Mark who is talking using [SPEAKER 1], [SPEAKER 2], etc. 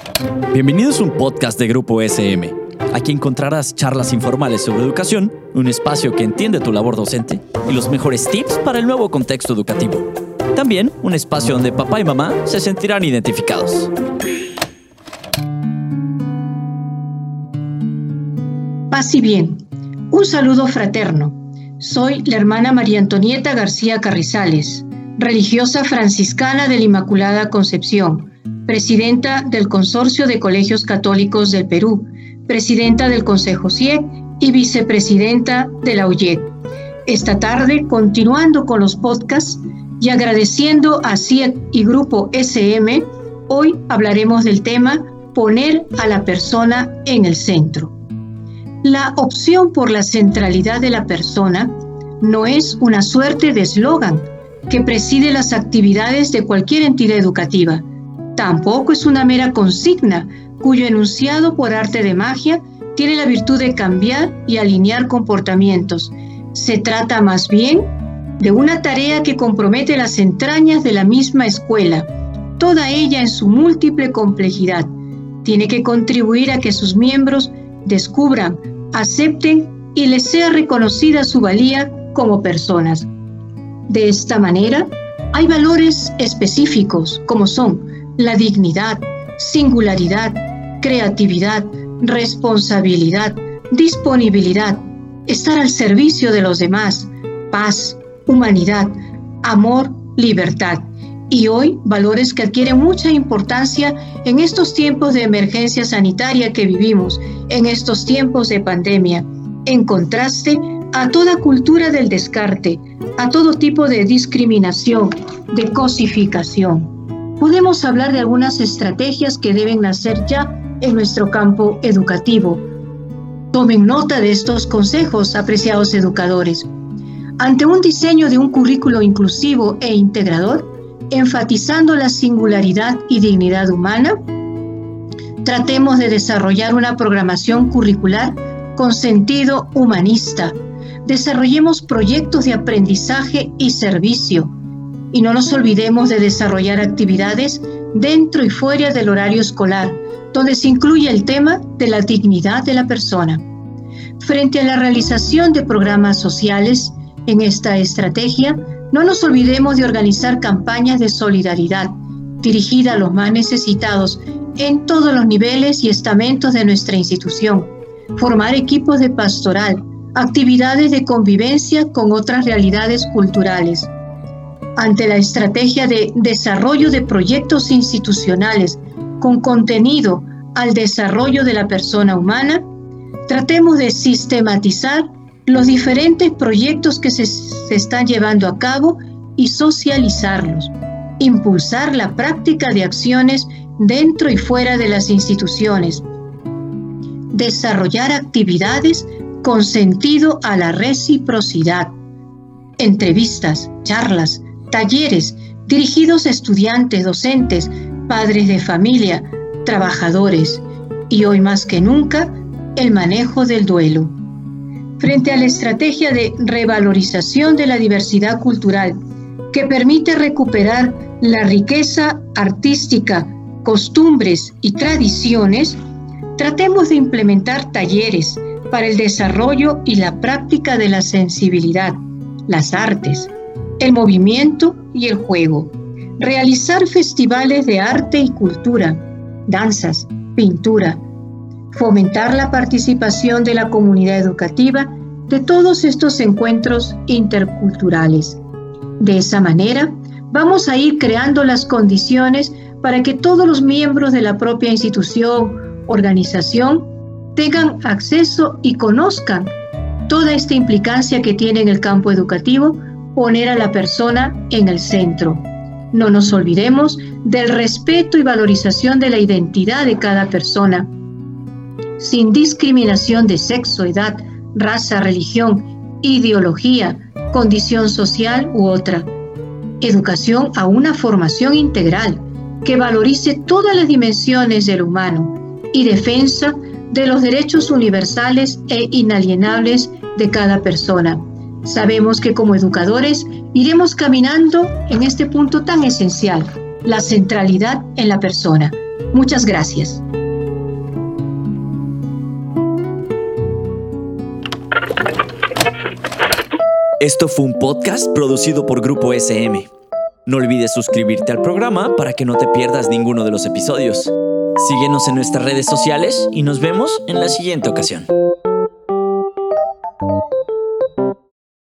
[SPEAKER 1] Bienvenidos a un podcast de Grupo SM. Aquí encontrarás charlas informales sobre educación, un espacio que entiende tu labor docente y los mejores tips para el nuevo contexto educativo. También un espacio donde papá y mamá se sentirán identificados.
[SPEAKER 2] Paz y bien. Un saludo fraterno. Soy la hermana María Antonieta García Carrizales, religiosa franciscana de la Inmaculada Concepción, presidenta del Consorcio de Colegios Católicos del Perú, presidenta del Consejo CIEC y vicepresidenta de la UYEC. Esta tarde, continuando con los podcasts y agradeciendo a CIEC y Grupo SM, hoy hablaremos del tema poner a la persona en el centro. La opción por la centralidad de la persona no es una suerte de eslogan que preside las actividades de cualquier entidad educativa. Tampoco es una mera consigna cuyo enunciado por arte de magia tiene la virtud de cambiar y alinear comportamientos. Se trata más bien de una tarea que compromete las entrañas de la misma escuela, toda ella en su múltiple complejidad. Tiene que contribuir a que sus miembros descubran, acepten y les sea reconocida su valía como personas. De esta manera, hay valores específicos como son la dignidad, singularidad, creatividad, responsabilidad, disponibilidad, estar al servicio de los demás, paz, humanidad, amor, libertad. Y hoy, valores que adquieren mucha importancia en estos tiempos de emergencia sanitaria que vivimos, en estos tiempos de pandemia, en contraste a toda cultura del descarte, a todo tipo de discriminación, de cosificación. Podemos hablar de algunas estrategias que deben nacer ya en nuestro campo educativo. Tomen nota de estos consejos, apreciados educadores. Ante un diseño de un currículo inclusivo e integrador, enfatizando la singularidad y dignidad humana, tratemos de desarrollar una programación curricular con sentido humanista. Desarrollemos proyectos de aprendizaje y servicio y no nos olvidemos de desarrollar actividades dentro y fuera del horario escolar, donde se incluye el tema de la dignidad de la persona. Frente a la realización de programas sociales en esta estrategia, no nos olvidemos de organizar campañas de solidaridad dirigida a los más necesitados en todos los niveles y estamentos de nuestra institución, formar equipos de pastoral, actividades de convivencia con otras realidades culturales. Ante la estrategia de desarrollo de proyectos institucionales con contenido al desarrollo de la persona humana, tratemos de sistematizar los diferentes proyectos que se están llevando a cabo y socializarlos, impulsar la práctica de acciones dentro y fuera de las instituciones, desarrollar actividades con sentido a la reciprocidad, entrevistas, charlas, talleres dirigidos a estudiantes, docentes, padres de familia, trabajadores y hoy más que nunca, el manejo del duelo. Frente a la estrategia de revalorización de la diversidad cultural que permite recuperar la riqueza artística, costumbres y tradiciones, tratemos de implementar talleres para el desarrollo y la práctica de la sensibilidad, las artes, el movimiento y el juego. Realizar festivales de arte y cultura, danzas, pintura. Fomentar la participación de la comunidad educativa de todos estos encuentros interculturales. De esa manera, vamos a ir creando las condiciones para que todos los miembros de la propia institución, organización, tengan acceso y conozcan toda esta implicancia que tiene en el campo educativo poner a la persona en el centro. No nos olvidemos del respeto y valorización de la identidad de cada persona, sin discriminación de sexo, edad, raza, religión, ideología, condición social u otra. Educación a una formación integral que valorice todas las dimensiones del humano y defensa de los derechos universales e inalienables de cada persona. Sabemos que como educadores iremos caminando en este punto tan esencial, la centralidad en la persona. Muchas gracias.
[SPEAKER 1] Esto fue un podcast producido por Grupo SM. No olvides suscribirte al programa para que no te pierdas ninguno de los episodios. Síguenos en nuestras redes sociales y nos vemos en la siguiente ocasión.